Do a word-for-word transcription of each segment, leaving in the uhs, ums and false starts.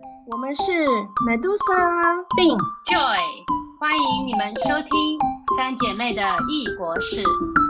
我们是 Medusa 并 Joy， 欢迎你们收听三姐妹的异国事。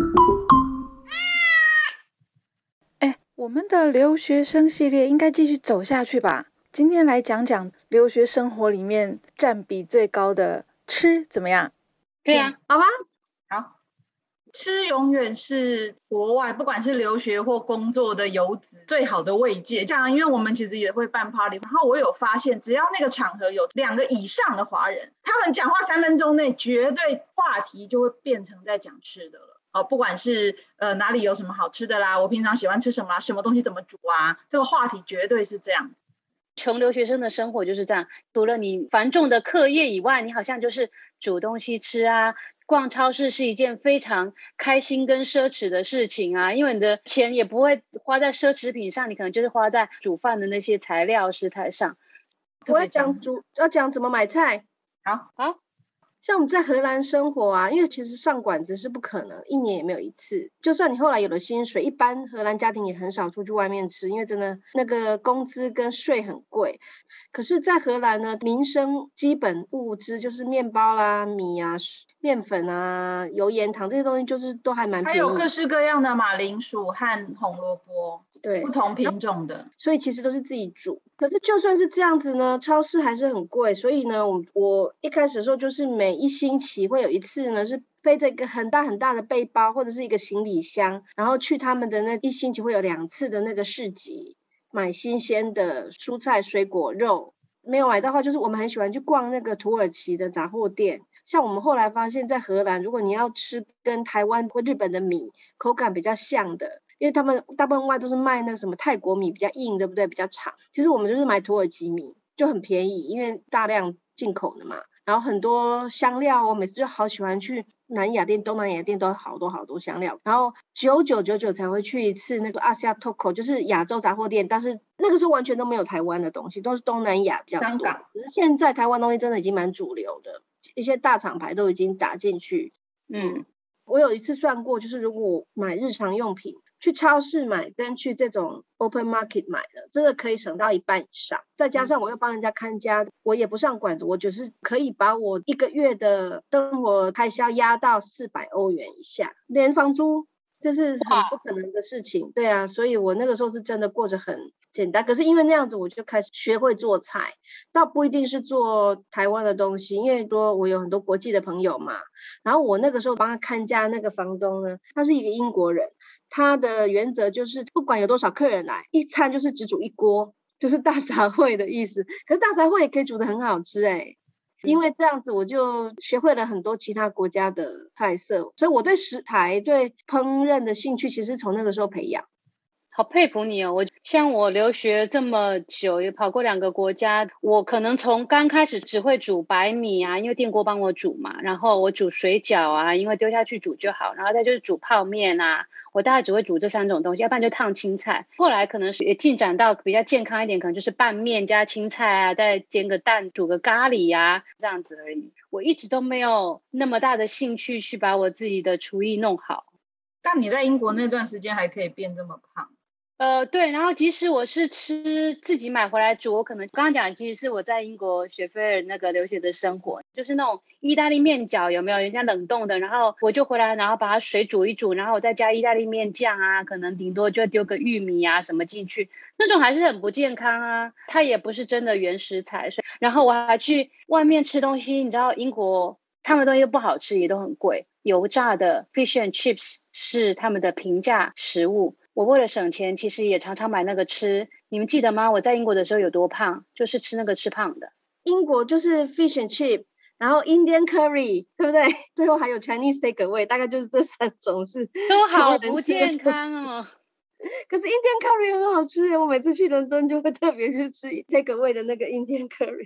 哎，我们的留学生系列应该继续走下去吧？今天来讲讲留学生活里面占比最高的吃怎么样？ 对啊， 好吧。 好，吃永远是国外不管是留学或工作的游子最好的慰藉。这样，因为我们其实也会办 party， 然后我有发现，只要那个场合有两个以上的华人，他们讲话三分钟内，绝对话题就会变成在讲吃的了。哦，不管是呃哪里有什么好吃的啦，我平常喜欢吃什么啦，什么东西怎么煮啊，这个话题绝对是这样。 穷留学生的生活就是这样，除了你繁重的课业以外，你好像就是煮东西吃啊，逛超市是一件非常开心跟奢侈的事情啊，因为你的钱也不会花在奢侈品上，你可能就是花在煮饭的那些材料食材上。 我要讲煮，要讲怎么买菜。 好， 好。 像我们在荷兰生活啊，因为其实上馆子是不可能，一年也没有一次。就算你后来有了薪水，一般荷兰家庭也很少出去外面吃，因为真的那个工资跟税很贵。可是在荷兰呢，民生基本物资就是面包啦、米啊、面粉啊、油盐糖这些东西，就是都还蛮便宜。 还有各式各样的马铃薯和红萝卜， 对， 不同品种的， 所以其实都是自己煮。可是就算是这样子呢，超市还是很贵。所以呢，我我一开始的时候就是每一星期会有一次呢，是背着一个很大很大的背包或者是一个行李箱，然后去他们的那一星期会有两次的那个市集，买新鲜的蔬菜、水果、肉。没有买到的话，就是我们很喜欢去逛那个土耳其的杂货店。像我们后来发现，在荷兰，如果你要吃跟台湾或日本的米口感比较像的，因为他们大部分外都是卖那什么泰国米比较硬，对不对？比较长。其实我们就是买土耳其米，就很便宜，因为大量进口的嘛。然后很多香料，我每次就好喜欢去南亚店、东南亚店，都有好多好多香料。然后九九九九才会去一次那个阿西亚 Toko， 就是亚洲杂货店，但是那个时候完全都没有台湾的东西，都是东南亚比较多。 香港。 可是现在台湾东西真的已经蛮主流的，一些大厂牌都已经打进去。 嗯， 我有一次算过，就是如果我买日常用品，去超市买跟去这种 open market 买的，真的可以省到一半以上。再加上我又帮人家看家，我也不上馆子，我只是可以把我一个月的生活开销压到四百欧元以下，连房租，这是很不可能的事情。对啊，所以我那个时候是真的过着很简单。可是因为那样子，我就开始学会做菜，倒不一定是做台湾的东西，因为说我有很多国际的朋友嘛。然后我那个时候帮他看家那个房东呢，他是一个英国人，他的原则就是不管有多少客人来，一餐就是只煮一锅，就是大杂烩的意思。可是大杂烩也可以煮得很好吃欸，因为这样子我就学会了很多其他国家的菜色，所以我对食材对烹饪的兴趣其实从那个时候培养。 好佩服你哦！我像我留学这么久，也跑过两个国家，我可能从刚开始只会煮白米啊，因为电锅帮我煮嘛，然后我煮水饺啊，因为丢下去煮就好，然后再就是煮泡面啊，我大概只会煮这三种东西，要不然就烫青菜。后来可能是也进展到比较健康一点，可能就是拌面加青菜啊，再煎个蛋，煮个咖喱啊，这样子而已。我一直都没有那么大的兴趣去把我自己的厨艺弄好。 但你在英国那段时间还可以变这么胖？ 呃，对，然后即使我是吃自己买回来煮，我可能刚刚讲，其实是我在英国雪菲尔那个留学的生活，就是那种意大利面饺有没有人家冷冻的，然后我就回来，然后把它水煮一煮，然后我再加意大利面酱啊，可能顶多就丢个玉米啊什么进去，那种还是很不健康啊，它也不是真的原食材。然后我还去外面吃东西，你知道英国他们的东西都不好吃，也都很贵，油炸的 fish and chips 是他们的平价食物。我为了省钱，其实也常常买那个吃。你们记得吗？我在英国的时候有多胖，就是吃那个吃胖的。 英国就是 fish and chip， 然后 Indian curry， 对不对？最后还有 Chinese takeaway， 大概就是这三种是都好不健康哦。 可是 Indian curry 很好吃耶，我每次去伦敦就会特别去吃 takeaway 的那个 Indian curry。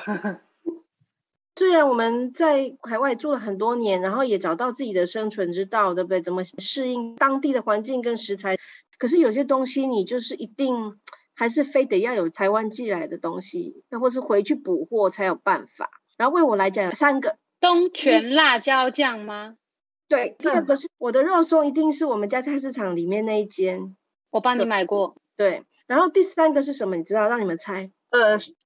虽然我们在海外住了很多年，然后也找到自己的生存之道，对不对？怎么适应当地的环境跟食材，可是有些东西你就是一定还是非得要有台湾寄来的东西，或是回去补货才有办法。然后为我来讲，三个东泉辣椒酱吗？ 对，第二个是我的肉松，一定是我们家菜市场里面那一间， 我帮你买过。 对，然后第三个是什么？你知道？让你们猜。 呃，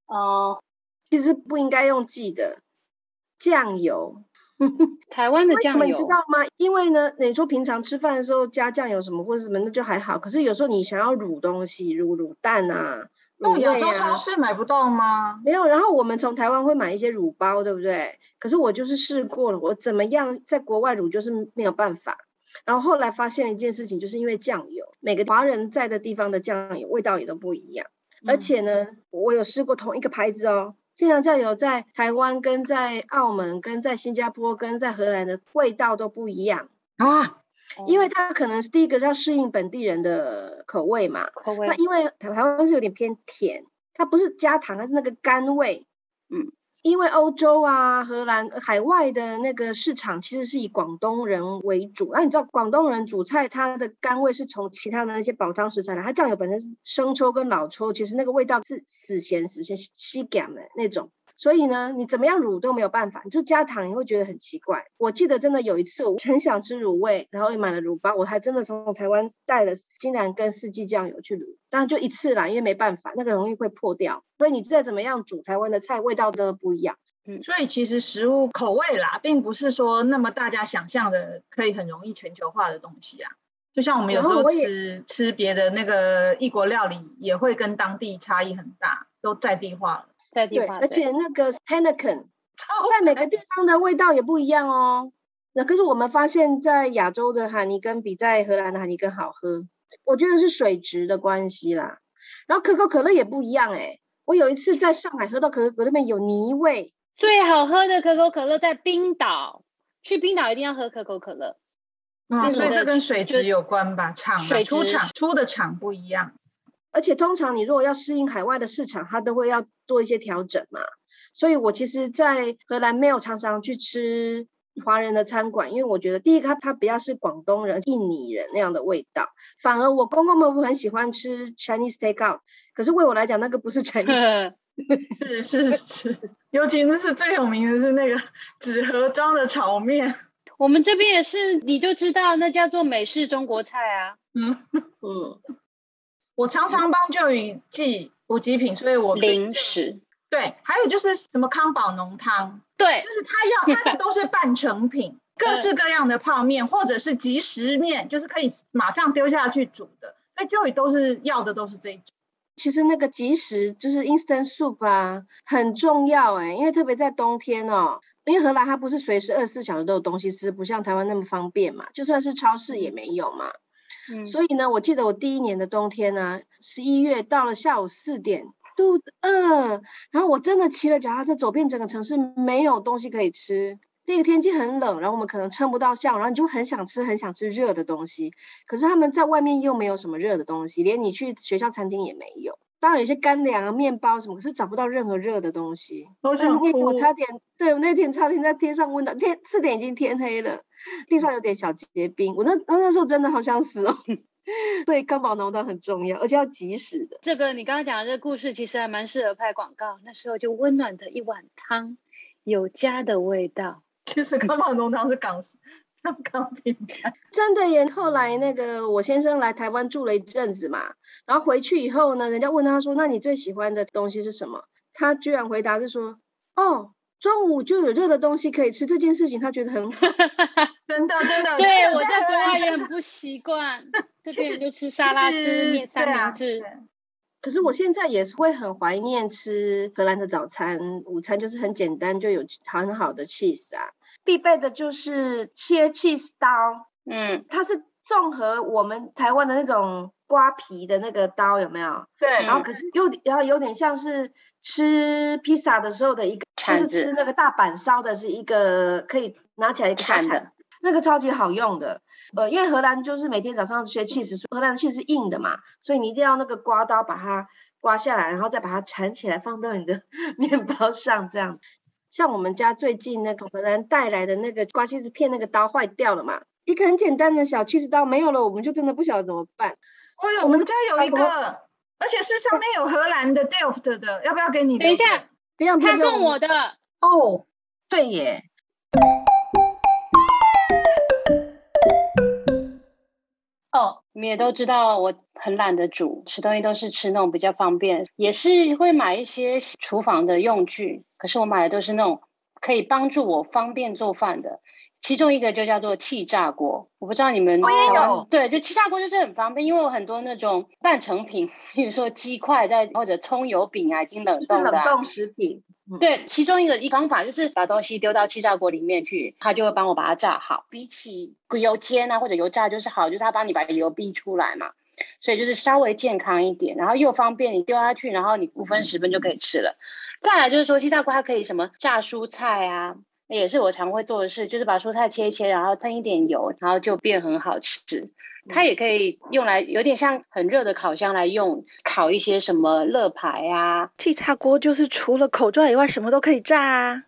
哦， 其实不应该用记的，酱油。 台湾的酱油， 你知道吗？因为呢，你说平常吃饭的时候加酱油什么或者什么，那就还好。可是有时候你想要卤东西，卤卤蛋啊、卤味啊， 亚洲超市买不到吗？ 没有。然后我们从台湾会买一些卤包，对不对？可是我就是试过了，我怎么样在国外卤就是没有办法。然后后来发现了一件事情，就是因为酱油，每个华人在的地方的酱油味道也都不一样。而且呢，我有试过同一个牌子哦，清凉酱油在台湾跟在澳门跟在新加坡跟在荷兰的味道都不一样啊， 因为它可能是第一个要适应本地人的口味嘛， 口味那因为台湾是有点偏甜，它不是加糖，它是那个甘味。嗯，因为欧洲啊、荷兰、海外的那个市场其实是以广东人为主。那你知道广东人煮菜，它的甘味是从其他的那些煲汤食材来，它酱油本身是生抽跟老抽，其实那个味道是死咸死咸稀咸的那种。所以呢，你怎么样卤都没有办法，你就加糖你会觉得很奇怪。我记得真的有一次我很想吃卤味，然后也买了卤包，我还真的从台湾带了金兰跟四季酱油去卤，当然就一次啦，因为没办法，那个容易会破掉。所以你再怎么样煮台湾的菜，味道都不一样。 嗯，所以其实食物口味啦，并不是说那么大家想象的可以很容易全球化的东西啊。就像我们有时候吃吃别的那个异国料理，也会跟当地差异很大，都在地化了。 在地化， 对，而且那个 Heineken 在每个地方的味道也不一样哦。那可是我们发现在亚洲的海尼根比在荷兰的海尼根好喝，我觉得是水质的关系啦。然后可口可乐也不一样哎、欸，我有一次在上海喝到可口可乐里面有泥味。 最好喝的可口可乐在冰岛，去冰岛一定要喝可口可乐。 嗯，所以这跟水质有关吧？厂水出厂出的厂不一样。 而且通常你如果要适应海外的市场，它都会要做一些调整嘛。所以我其实在荷兰没有常常去吃华人的餐馆，因为我觉得第一个它比较是广东人、印尼人那样的味道，反而我公公们很喜欢吃 Chinese takeout， 可是为我来讲那个不是 Chinese 是是是，尤其那是最有名的是那个纸盒装的炒面， 我们这边也是，你就知道那叫做美式中国菜啊。 嗯嗯，我常常帮就宇寄补给品，所以我零食。 对，还有就是什么康宝浓汤， 对， 就是他要他的都是半成品，各式各样的泡面或者是即食面，就是可以马上丢下去煮的，所以就宇都是要的都是这一种。 其实那个即食就是 instant soup 啊，很重要哎、欸，因为特别在冬天哦，因为荷兰它不是随时二十四小时都有东西吃，不像台湾那么方便嘛，就算是超市也没有嘛。嗯，所以呢，我记得我第一年的冬天呢，十一月到了下午四点，肚子饿，然后我真的骑了脚踏车走遍整个城市，没有东西可以吃。那个天气很冷，然后我们可能撑不到下午，然后你就很想吃很想吃热的东西，可是他们在外面又没有什么热的东西，连你去学校餐厅也没有。当然有些干粮啊、面包什么，可是找不到任何热的东西。 我想哭， 那天我差点，对，我那天差点在天上温到天四点已经天黑了，地上有点小结冰，我那那时候真的好想死哦。所以康宝浓汤很重要，而且要及时的。 这个你刚刚讲的这个故事其实还蛮适合拍广告，那时候就温暖的一碗汤，有家的味道。 其实康宝浓汤是港香港品牌， 真的耶。后来那个我先生来台湾住了一阵子嘛，然后回去以后呢，人家问他说，那你最喜欢的东西是什么？他居然回答是说，哦，中午就有热的东西可以吃，这件事情他觉得很好。 真的真的。 对，我在国外也很不习惯，这边就吃沙拉吃面三明治。 可是我现在也是会很怀念吃荷兰的早餐，午餐就是很简单，就有很好的 cheese 啊。必备的就是切 cheese 刀，嗯，它是综合我们台湾的那种刮皮的那个刀，有没有？ 对。 然后可是又然后有点像是吃披萨的时候的一个，就是吃那个大阪烧的是一个可以拿起来一个铲子，那个超级好用的。呃，因为荷兰就是每天早上学 cheese， 荷兰的 cheese 是硬的嘛，所以你一定要那个刮刀把它刮下来，然后再把它铲起来放到你的面包上这样子。像我们家最近那个荷兰带来的那个刮 cheese 片那个刀坏掉了嘛，一个很简单的小 cheese 刀没有了，我们就真的不晓得怎么办。 哦哟，我们家有一个，而且是上面有荷兰的 Delft 的，要不要给你？ 等一下， 不要， 他送我的。 哦，对耶。 哦， 你们也都知道我很懒得煮，吃东西都是吃那种比较方便，也是会买一些厨房的用具，可是我买的都是那种可以帮助我方便做饭的。其中一个就叫做气炸锅，我不知道你们我也有， 对，就气炸锅就是很方便，因为我很多那种半成品，比如说鸡块在或者葱油饼啊，已经冷冻的、啊、 冷冻食品。 对，其中一个一方法就是把东西丢到气炸锅里面去，它就会帮我把它炸好。比起油煎啊或者油炸就是好，就是它帮你把油逼出来嘛，所以就是稍微健康一点，然后又方便，你丢下去，然后你五分十分就可以吃了。再来就是说气炸锅它可以什么炸蔬菜啊，也是我常会做的事，就是把蔬菜切一切，然后喷一点油，然后就变很好吃。它也可以用来有点像很热的烤箱来用，烤一些什么乐排啊。 气炸锅就是除了口罩以外什么都可以炸啊。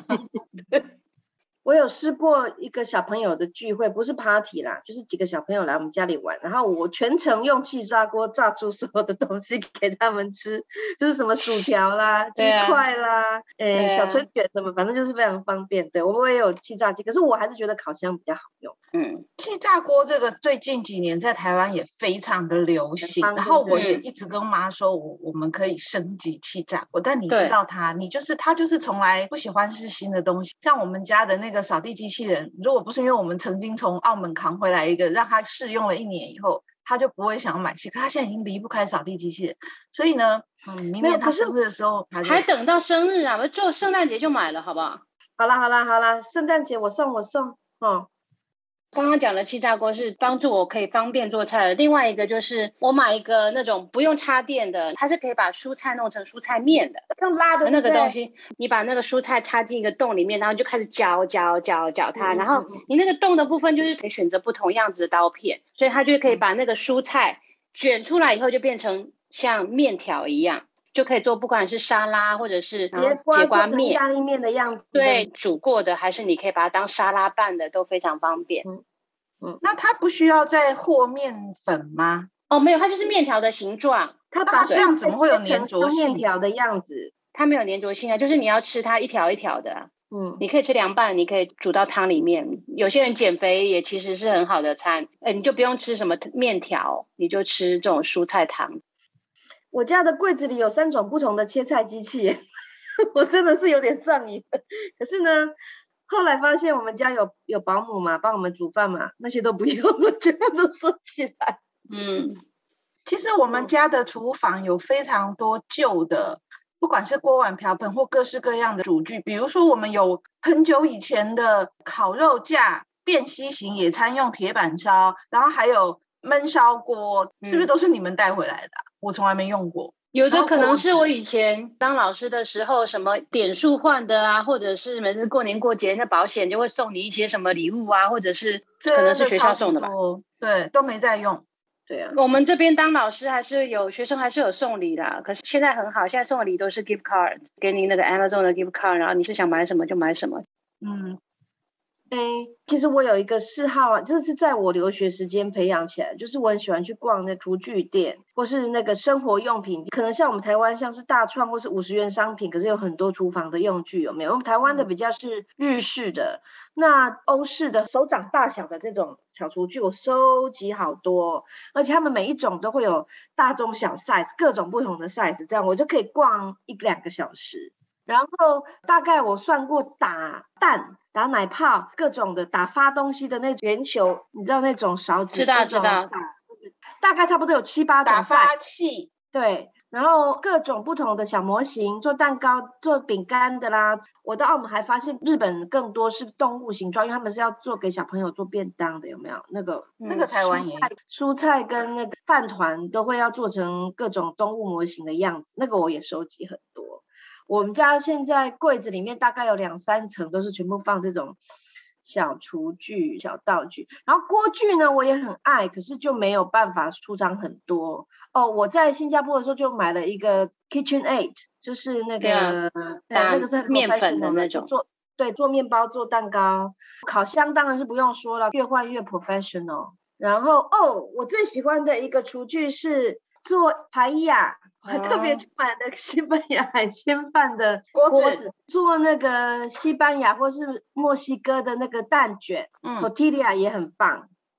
我有试过一个小朋友的聚会，不是 party 啦，就是几个小朋友来我们家里玩，然后我全程用气炸锅炸出所有的东西给他们吃，就是什么薯条啦、鸡块啦、诶、啊、小春卷什么，反正就是非常方便。对，我也有气炸机，可是我还是觉得烤箱比较好用。 嗯，气炸锅这个最近几年在台湾也非常的流行，然后我也一直跟妈说我我们可以升级气炸锅，但你知道它，你就是它就是从来不喜欢是新的东西。像我们家的那个扫地机器人，如果不是因为我们曾经从澳门扛回来一个让他试用了一年以后，他就不会想要买新，可他现在已经离不开扫地机器人，所以呢嗯，明年他生日的时候还等到生日啊，我做圣诞节就买了好不好？ 好啦好啦好啦，圣诞节我送我送哦。 刚刚讲的气炸锅是帮助我可以方便做菜的，另外一个就是我买一个那种不用插电的，它是可以把蔬菜弄成蔬菜面的， 用拉的那个东西，你把那个蔬菜插进一个洞里面，然后就开始搅搅搅搅它，嗯、然后你那个洞的部分就是可以选择不同样子的刀片，所以它就可以把那个蔬菜卷出来以后就变成像面条一样，就可以做不管是沙拉或者是节瓜面、 意大利面的样子， 对，煮过的还是你可以把它当沙拉拌的，都非常方便。 嗯嗯，那它不需要再和面粉吗？ 哦，没有，它就是面条的形状。 它把这样怎么会有粘着性？ 面条的样子， 它没有粘着性啊，就是你要吃它一条一条的。嗯，你可以吃凉拌，你可以煮到汤里面。有些人减肥也其实是很好的餐，呃，你就不用吃什么面条，你就吃这种蔬菜汤。 我家的柜子里有三种不同的切菜机器，我真的是有点上瘾。可是呢，后来发现我们家有有保姆嘛，帮我们煮饭嘛，那些都不用了，全部都收起来。 嗯，其实我们家的厨房有非常多旧的，不管是锅碗瓢盆或各式各样的煮具，比如说我们有很久以前的烤肉架、便携型野餐用铁板烧，然后还有焖烧锅，是不是都是你们带回来的、啊嗯、我从来没用过。 有的可能是我以前当老师的时候什么点数换的啊，或者是每次过年过节那保险就会送你一些什么礼物啊，或者是可能是学校送的吧。 对，都没在用。 对啊，我们这边当老师还是有学生还是有送礼的，可是现在很好，现在送的礼都是 gift card， 给你那个 Amazon 的 gift card， 然后你是想买什么就买什么。 嗯，哎，其实我有一个嗜好啊，这是在我留学时间培养起来，就是我很喜欢去逛那厨具店，或是那个生活用品，可能像我们台湾像是大创或是五十元商品，可是有很多厨房的用具，有没有？我们台湾的比较是日式的，那欧式的手掌大小的这种小厨具，我收集好多，而且他们每一种都会有大中小 size， 各种不同的 size， 这样我就可以逛一两个小时。然后大概我算过打蛋、打奶泡、各种的打发东西的那圆球，你知道那种勺子， 知道知道， 大概差不多有七八种打发器， 对，然后各种不同的小模型，做蛋糕、做饼干的啦。我到澳门还发现日本更多是动物形状，因为他们是要做给小朋友做便当的，有没有？那个那个台湾也有蔬菜跟那个饭团都会要做成各种动物模型的样子，那个我也收集很多。我们家现在柜子里面大概有两三层都是全部放这种小厨具、小道具，然后锅具呢我也很爱，可是就没有办法出张很多哦。我在新加坡的时候就买了一个 KitchenAid， 就是那个、啊呃、那个是很面粉的那种， 做对做面包、做蛋糕。烤箱当然是不用说了，越换越 professional。然后哦，我最喜欢的一个厨具是做排亚。我还特别去买了西班牙海鲜饭的锅子，做那个西班牙或是墨西哥的那个蛋卷，嗯 tortilla 也很棒。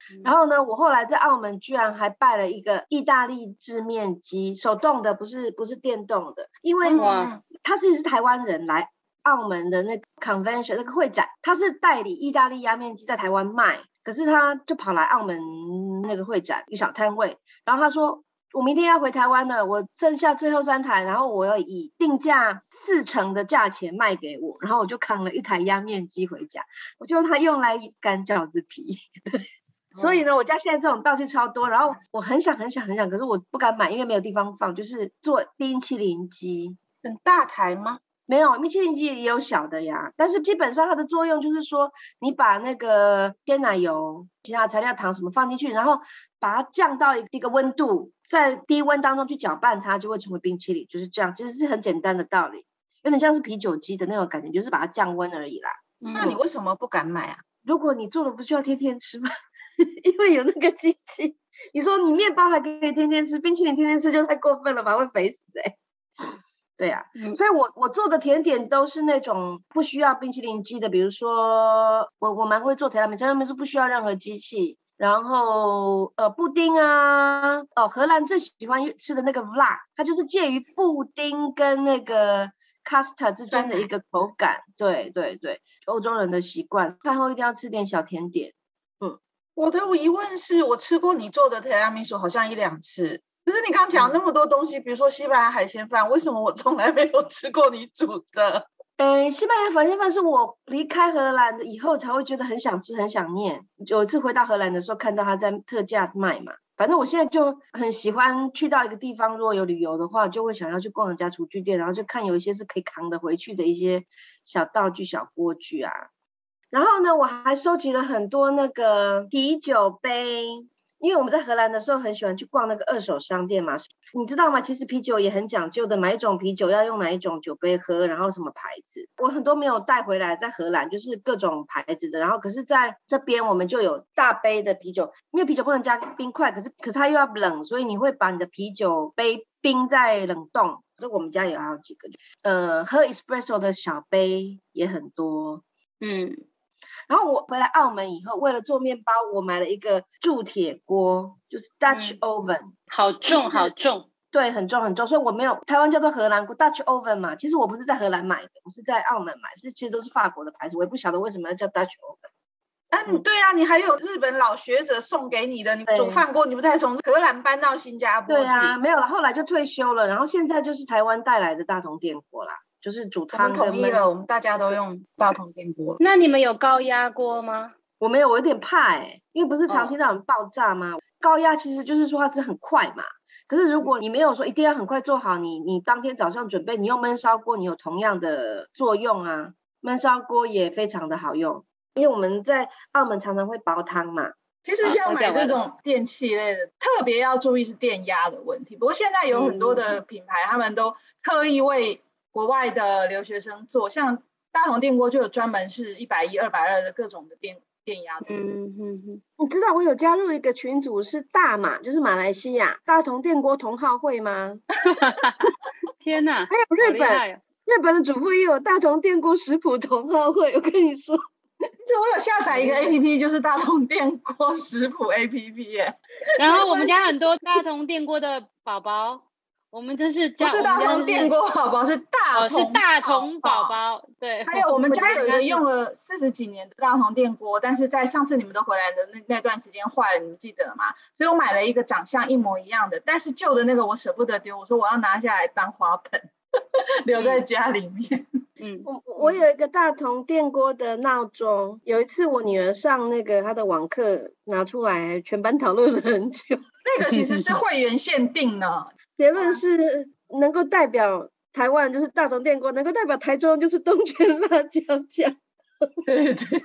然后呢，我后来在澳门居然还拜了一个意大利制面机，手动的，不是不是电动的，因为他是是台湾人来澳门的那个 convention 那个会展，他是代理意大利压面机在台湾卖，可是他就跑来澳门那个会展一小摊位，然后他说我明天要回台湾了，我剩下最后三台，然后我要以定价四成的价钱卖给我，然后我就扛了一台压面机回家，我就用它用来擀饺子皮。对，所以呢，我家现在这种道具超多，然后我很想很想很想，可是我不敢买，因为没有地方放，就是做冰淇淋机。 很大台吗？ 没有，冰淇淋机也有小的呀，但是基本上它的作用就是说，你把那个鲜奶油、其他材料、糖什么放进去，然后把它降到一个温度，在低温当中去搅拌它，就会成为冰淇淋，就是这样。其实是很简单的道理，有点像是啤酒机的那种感觉，就是把它降温而已啦。 嗯、那你为什么不敢买啊？ 如果你做了，不就要天天吃吗？因为有那个机器。你说你面包还可以天天吃，冰淇淋天天吃就太过分了吧，会肥死哎、欸。对啊、嗯、所以我我做的甜点都是那种不需要冰淇淋机的，比如说我我蛮会做提拉米苏，提拉米苏不需要任何机器，然后呃布丁啊，哦荷兰最喜欢吃的那个 vla， 它就是介于布丁跟那个 custard 之间的一个口感，对对对，欧洲人的习惯，饭后一定要吃点小甜点。嗯， 我的疑问是我吃过你做的提拉米苏好像一两次，可是你刚刚讲那么多东西、嗯、比如说西班牙海鲜饭，为什么我从来没有吃过你煮的？ 呃，西班牙海鲜饭是我离开荷兰的以后才会觉得很想吃很想念，有一次回到荷兰的时候看到它在特价卖嘛，反正我现在就很喜欢去到一个地方，如果有旅游的话就会想要去逛人家厨具店，然后就看有一些是可以扛得回去的一些小道具小锅具啊。然后呢我还收集了很多那个啤酒杯，因为我们在荷兰的时候很喜欢去逛那个二手商店嘛，你知道吗？其实啤酒也很讲究的，买一种啤酒要用哪一种酒杯喝，然后什么牌子，我很多没有带回来，在荷兰就是各种牌子的，然后可是在这边我们就有大杯的啤酒，因为啤酒不能加冰块，可是可是它又要冷，所以你会把你的啤酒杯冰在冷冻，这我们家有好几个，呃，喝 espresso 的小杯也很多，嗯。然后我回来澳门以后，为了做面包，我买了一个铸铁锅，就是 Dutch oven、嗯、 好重好重， 对，很重很重，所以我没有，台湾叫做荷兰锅 Dutch oven 嘛，其实我不是在荷兰买的，我是在澳门买，是其实都是法国的牌子，我也不晓得为什么要叫 Dutch oven。 啊，嗯、对啊，你还有日本老学者送给你的，你煮饭锅，你不是从荷兰搬到新加坡去？ 对啊，没有了，后来就退休了，然后现在就是台湾带来的大同电锅啦。就是煮汤的。 我们统一了，我们大家都用大同电锅。 那你们有高压锅吗？ 我没有，我有点怕哎、欸，因为不是常听到很爆炸吗、哦？高压其实就是说它是很快嘛，可是如果你没有说一定要很快做好，你你当天早上准备，你用焖烧锅，你有同样的作用啊。焖烧锅也非常的好用，因为我们在澳门常常会煲汤嘛。 其实像买这种电器类的，特别要注意是电压的问题。不过现在有很多的品牌，嗯、他们都特意为国外的留学生做，像大同电锅就有专门是一百一、二百二的各种的电电压的。 嗯嗯嗯，你知道我有加入一个群组是大马，就是马来西亚大同电锅同好会吗？ 天哪！ 还有日本， 哦、 日本的主妇也有大同电锅食谱同好会。我跟你说， 这我有下载一个 A P P， 就是大同电锅食谱 A P P 耶。 然后我们家很多大同电锅的宝宝。我们真是不是大同电锅宝宝，是大同、 哦、是大同宝宝。对， 还有我们家有一个用了四十几年的大同电锅，但是在上次你们都回来的那那段时间坏了，你们记得吗？所以我买了一个长相一模一样的，但是旧的那个我舍不得丢，我说我要拿下来当花盆留在家里面。 嗯，我我有一个大同电锅的闹钟，有一次我女儿上那个她的网课拿出来，全班讨论了很久。 那个其实是会员限定呢。 结论是能够代表台湾就是大同电锅，能够代表台中就是东泉辣椒酱。 对对。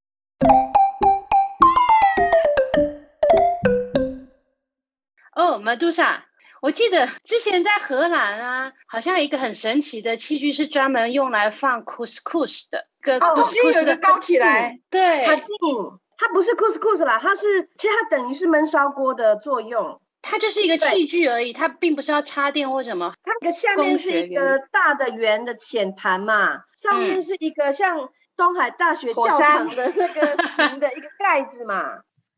哦，马杜莎，我记得之前在荷兰啊，好像有一个很神奇的器具是专门用来放 couscous 的。 哦，中间有一个高起来。 对。 它近，它不是 couscous 啦，它是其实它等于是焖烧锅的作用。 它就是一个器具而已，它并不是要插电或什么。 它那个下面是一个大的圆的浅盘嘛，上面是一个像东海大学教堂的那个形的一个盖子嘛。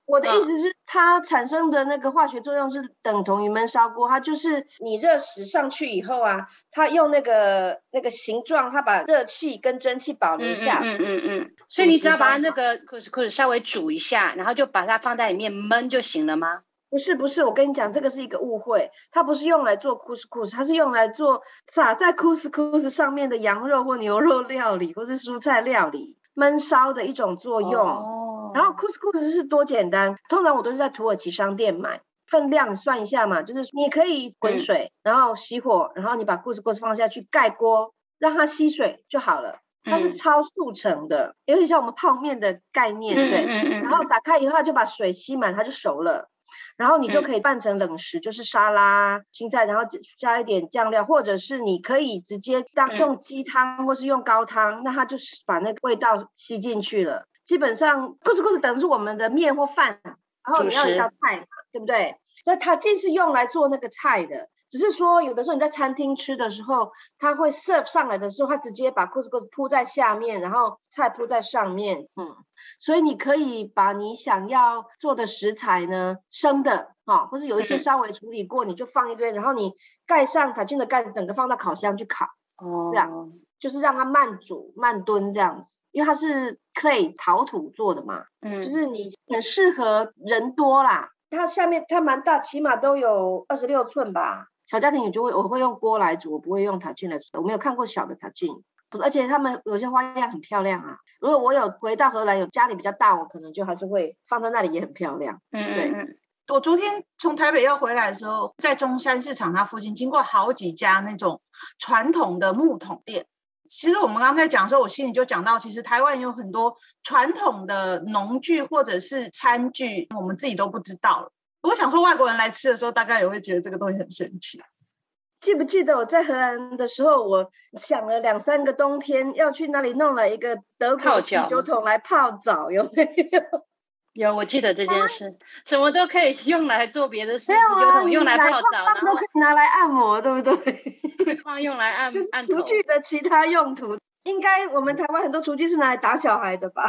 我的意思是它产生的那个化学作用是等同于焖烧锅，它就是你热食上去以后啊，它用那个那个形状，它把热气跟蒸汽保留下来。 嗯嗯嗯嗯嗯。所以你只要把它那个 couscous 稍微煮一下，然后就把它放在里面焖就行了吗？ 不是不是，我跟你讲，这个是一个误会，它不是用来做 couscous， 它是用来做撒在 couscous 上面的羊肉或牛肉料理或是蔬菜料理焖烧的一种作用。哦，然后 couscous 是多简单，通常我都是在土耳其商店买，分量算一下嘛，就是你可以滚水，嗯、然后熄火，然后你把 couscous 放下去盖锅，让它吸水就好了。它是超速成的，嗯、有点像我们泡面的概念，对。嗯嗯嗯、然后打开以后，它就把水吸满，它就熟了。然后你就可以拌成冷食，嗯、就是沙拉、青菜，然后加一点酱料，或者是你可以直接当用鸡汤或是用高汤，嗯、那它就是把那个味道吸进去了。基本上 couscous 等于是我们的面或饭，然后你要一道菜嘛，对不对？所以它既是用来做那个菜的，只是说有的时候你在餐厅吃的时候，它会 serve 上来的时候，它直接把 couscous 铺在下面，然后菜铺在上面，嗯，所以你可以把你想要做的食材呢，生的，哦，或是有一些稍微处理过，嗯、你就放一堆，然后你盖上塔菌的盖子，整个放到烤箱去烤，哦，这样就是让它慢煮慢炖这样子，因为它是 clay 陶土做的嘛，嗯，就是你很适合人多啦。它下面它蛮大，起码都有二十六寸吧。小家庭你就会我会用锅来煮，我不会用塔菌来煮。我没有看过小的塔菌，而且他们有些花样很漂亮啊。如果我有回到荷兰，有家里比较大，我可能就还是会放在那里，也很漂亮。嗯，对。嗯， 我昨天从台北要回来的时候，在中山市场它附近经过好几家那种传统的木桶店。其实我们刚才讲的时候，我心里就讲到，其实台湾有很多传统的农具或者是餐具，我们自己都不知道了。我想说，外国人来吃的时候，大概也会觉得这个东西很神奇。 记不记得我在荷兰的时候，我想了两三个冬天要去那里弄了一个德国啤酒桶来泡澡，有没有？ 有，我记得这件事，啊、什么都可以用来做别的事，啤酒桶用来泡澡，然后都可以拿来按摩，对不对？ 放用来按按厨具的其他用途，应该我们台湾很多厨具是拿来打小孩的吧？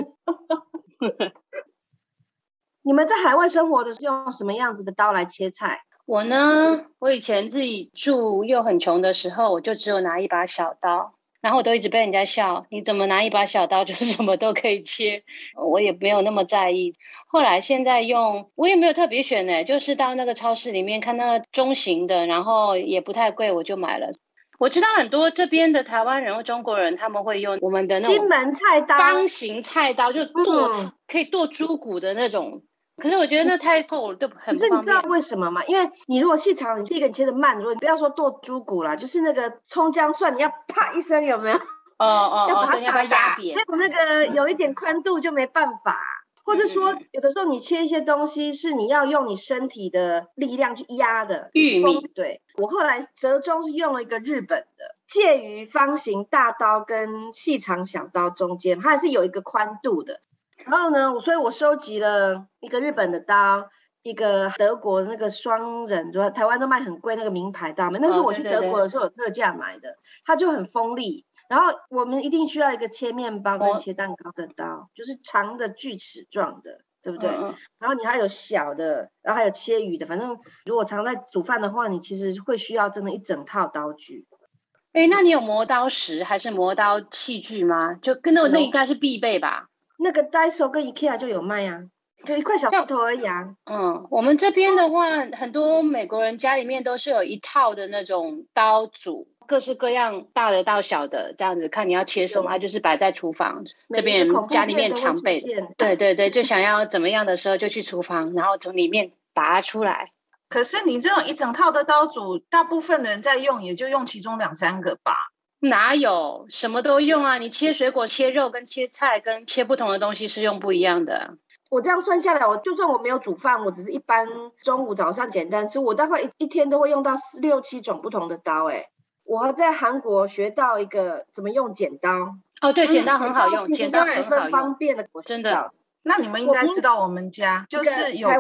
你们在海外生活的是用什么样子的刀来切菜？ 我呢，我以前自己住又很穷的时候，我就只有拿一把小刀。然后我都一直被人家笑，你怎么拿一把小刀就什么都可以切？我也没有那么在意。后来现在用，我也没有特别选呢，就是到那个超市里面看那个中型的，然后也不太贵，我就买了。我知道很多这边的台湾人或中国人，他们会用我们的那种金门菜刀， 方形菜刀，就剁、嗯、可以剁猪骨的那种。可是我觉得那太厚了，就很不方便。 可是你知道为什么吗？因为你如果细长，你第一个你切的慢，如果你不要说剁猪骨啦，就是那个葱姜蒜，你要啪一声，有没有？ 哦哦哦，对，要把它压扁。 没有那个有一点宽度就没办法。或者说，嗯、有的时候你切一些东西是你要用你身体的力量去压的。 玉米。 对，我后来折中是用了一个日本的，介于方形大刀跟细长小刀中间，它还是有一个宽度的。然后呢，所以我收集了一个日本的刀，一个德国的那个双刃，台湾都卖很贵那个名牌刀嘛，那是我去德国的时候有特价买的，它就很锋利。然后我们一定需要一个切面包跟切蛋糕的刀，哦、就是长的锯齿状的，对不对？嗯、然后你还有小的，然后还有切鱼的，反正如果常在煮饭的话，你其实会需要真的一整套刀具。 哎，那你有磨刀石还是磨刀器具吗？就跟那那应该是必备吧？ 那个 Daiso 跟 IKEA 就有卖啊，就一块小骨头而已啊。 嗯，我们这边的话，很多美国人家里面都是有一套的那种刀组，各式各样，大的到小的，这样子看你要切什么，它就是摆在厨房这边家里面常备的。对对对，就想要怎么样的时候就去厨房，然后从里面拔出来。 可是你这种一整套的刀组，大部分的人在用，也就用其中两三个吧。 哪有什么都用啊？你切水果、切肉跟切菜跟切不同的东西是用不一样的。 我这样算下来，我就算我没有煮饭，我只是一般中午早上简单吃，我大概 一, 一天都会用到六七种不同的刀。哎，我还在韩国学到一个怎么用剪刀。 哦，对，剪刀很好用，嗯、剪刀十分方便的， 真的。 那你们应该知道我们家就是有台湾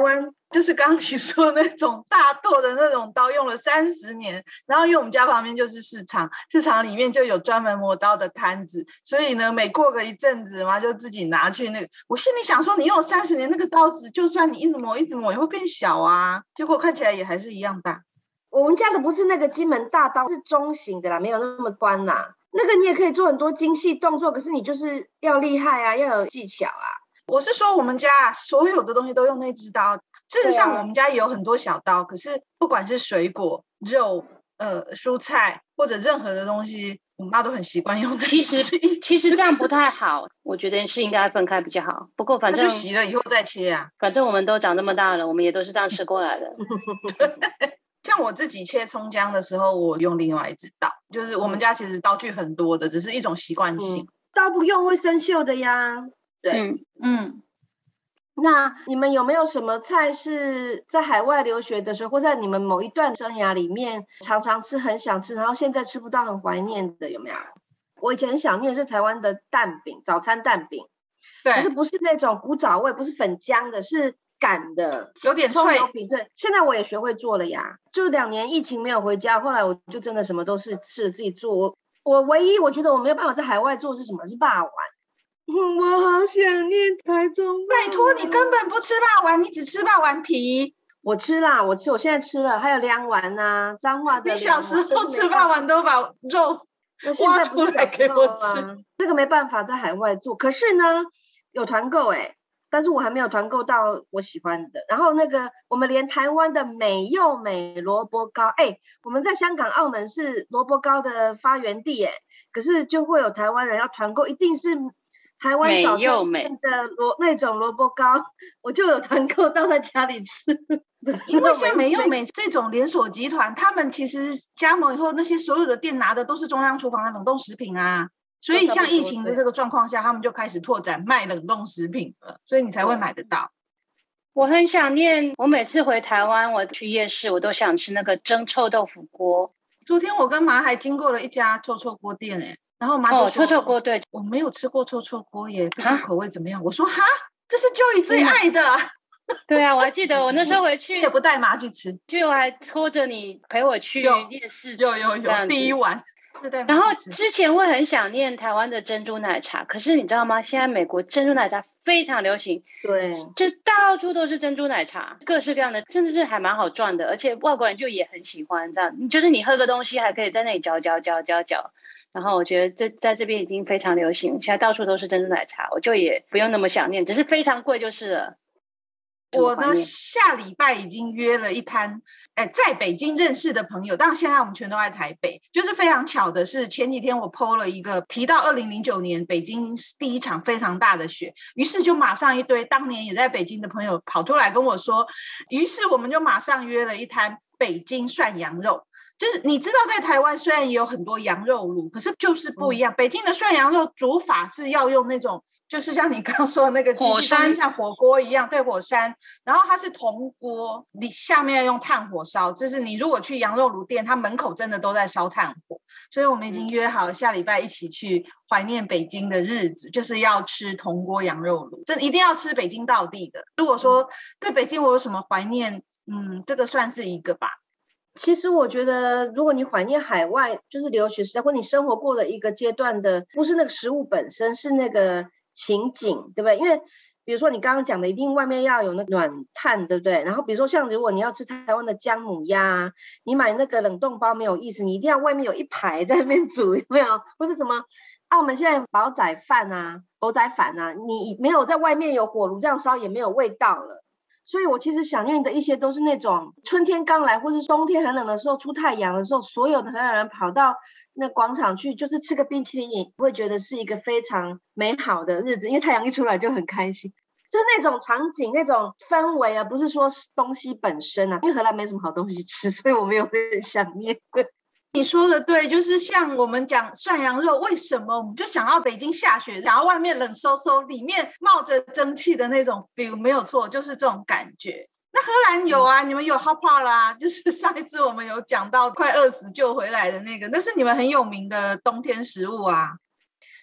就是刚刚你说那种大剁的那种刀，用了三十年。然后因为我们家旁边就是市场，市场里面就有专门磨刀的摊子，所以呢，每过个一阵子嘛，就自己拿去那个。我心里想说，你用了三十年那个刀子，就算你一直磨一直磨，也会变小啊。结果看起来也还是一样大。 我们家的不是那个金门大刀，是中型的啦，没有那么宽啦。那个你也可以做很多精细动作，可是你就是要厉害啊，要有技巧啊。 我是说我们家所有的东西都用那只刀。事实上我们家也有很多小刀，可是不管是水果、肉、呃蔬菜或者任何的东西，我妈都很习惯用。 其实其实这样不太好，我觉得是应该分开比较好。不过反正就洗了以后再切啊。 反正我们都长这么大了，我们也都是这样吃过来的。 像我自己切葱姜的时候，我用另外一只刀，就是我们家其实刀具很多的，只是一种习惯性、嗯、 刀不用会生锈的呀。对， 嗯嗯。 那你们有没有什么菜是在海外留学的时候，或在你们某一段生涯里面常常吃很想吃，然后现在吃不到很怀念的，有没有？我以前很想念是台湾的蛋饼，早餐蛋饼。对，可是不是那种古早味，不是粉浆的，是擀的， 有点脆。 葱油饼脆。现在我也学会做了呀，就两年疫情没有回家，后来我就真的什么都是试着自己做。我我唯一我觉得我没有办法在海外做是什么？是霸王。嗯，我好想念台中。 拜托，你根本不吃霸王，你只吃霸王皮。 我吃啦，我吃，我现在吃了，还有凉丸啊，彰化的。 你小时候吃霸王都把肉挖出来给我吃， 这个没办法在海外做。可是呢，有团购哎、欸，但是我还没有团购到我喜欢的。然后那个，我们连台湾的美又美萝卜糕，哎、欸，我们在香港、澳门是萝卜糕的发源地哎、欸，可是就会有台湾人要团购，一定是。台湾早餐店的萝那种萝卜糕，我就有团购到在家里吃。 因为像美又美这种连锁集团，他们其实加盟以后，那些所有的店拿的都是中央厨房的冷冻食品啊。所以像疫情的这个状况下，他们就开始拓展卖冷冻食品了，所以你才会买得到。 我很想念，我每次回台湾，我去夜市，我都想吃那个蒸臭豆腐锅。 昨天我跟妈还经过了一家臭臭锅店、欸，然后妈就说、 哦、臭臭锅，对， 我没有吃过臭臭锅耶，不知道口味怎么样。我说哈，这是 Joey 最爱的。 对啊，我还记得我那时候回去也不带妈去吃， 去我还拖着你陪我去夜市吃， 有有有，第一碗。 然后之前会很想念台湾的珍珠奶茶，可是你知道吗？现在美国珍珠奶茶非常流行， 对， 就到处都是珍珠奶茶，各式各样的，甚至是还蛮好赚的，而且外国人就也很喜欢这样，就是你喝个东西还可以在那里嚼嚼嚼嚼嚼。然后我觉得这在这边已经非常流行，现在到处都是珍珠奶茶，我就也不用那么想念，只是非常贵就是了。 我呢下礼拜已经约了一摊，哎，在北京认识的朋友，当然现在我们全都在台北。就是非常巧的是，前几天我 po 了一个提到二零零九年北京第一场非常大的雪，于是就马上一堆当年也在北京的朋友跑出来跟我说，于是我们就马上约了一摊北京涮羊肉。就是你知道在台湾虽然也有很多羊肉炉，可是就是不一样、嗯、北京的涮羊肉煮法是要用那种就是像你刚刚说的那个机器上面像火锅一样，对，火山，然后它是铜锅，你下面要用炭火烧，就是你如果去羊肉炉店，它门口真的都在烧炭火。所以我们已经约好了下礼拜一起去怀念北京的日子，就是要吃铜锅羊肉炉，这一定要吃北京道地的。如果说对北京我有什么怀念，嗯，这个算是一个吧。 其实我觉得如果你怀念海外就是留学时代或你生活过的一个阶段的，不是那个食物本身，是那个情景，对不对？因为比如说你刚刚讲的一定外面要有那个暖炭，对不对？然后比如说像如果你要吃台湾的姜母鸭，你买那个冷冻包没有意思，你一定要外面有一排在那边煮，有没有？或是什么澳门现在煲仔饭啊煲仔饭啊，你没有在外面有火炉这样烧也没有味道了。所以我其实想念的一些都是那种春天刚来或是冬天很冷的时候出太阳的时候，所有的台湾人跑到那广场去就是吃个冰淇淋，会觉得是一个非常美好的日子，因为太阳一出来就很开心，就是那种场景那种氛围啊，不是说东西本身啊，因为荷兰没什么好东西吃，所以我没有很想念。 你说的对，就是像我们讲涮羊肉，为什么我们就想要北京下雪，想要外面冷飕飕里面冒着蒸汽的那种 feel， 没有错，就是这种感觉。那荷兰有啊、嗯、你们有 hot pot 啦，就是上一次我们有讲到快饿死救回来的那个，那是你们很有名的冬天食物啊。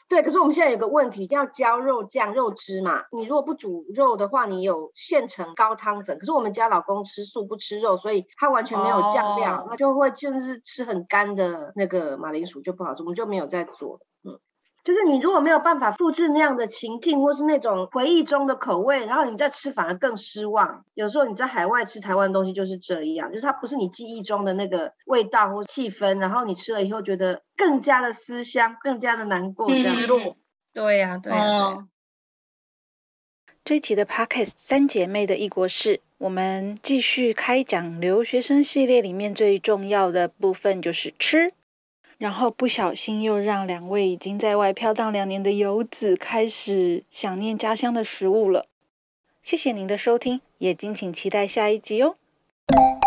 对，可是我们现在有个问题，要浇肉酱、肉汁嘛。你如果不煮肉的话，你有现成高汤粉。可是我们家老公吃素不吃肉，所以他完全没有酱料， 哦、 那就会就是吃很干的那个马铃薯就不好吃，我们就没有在做。嗯，就是你如果没有办法复制那样的情境，或是那种回忆中的口味，然后你再吃反而更失望。有时候你在海外吃台湾东西就是这样，就是它不是你记忆中的那个味道或气氛，然后你吃了以后觉得更加的思乡，更加的难过，这样。 嗯、 对呀、啊，对呀、啊，对、啊。 这一期的 Podcast 三姐妹的异国事，我们继续开讲留学生系列里面最重要的部分就是吃。然后不小心又让两位已经在外飘荡两年的游子开始想念家乡的食物了。谢谢您的收听，也敬请期待下一集哦。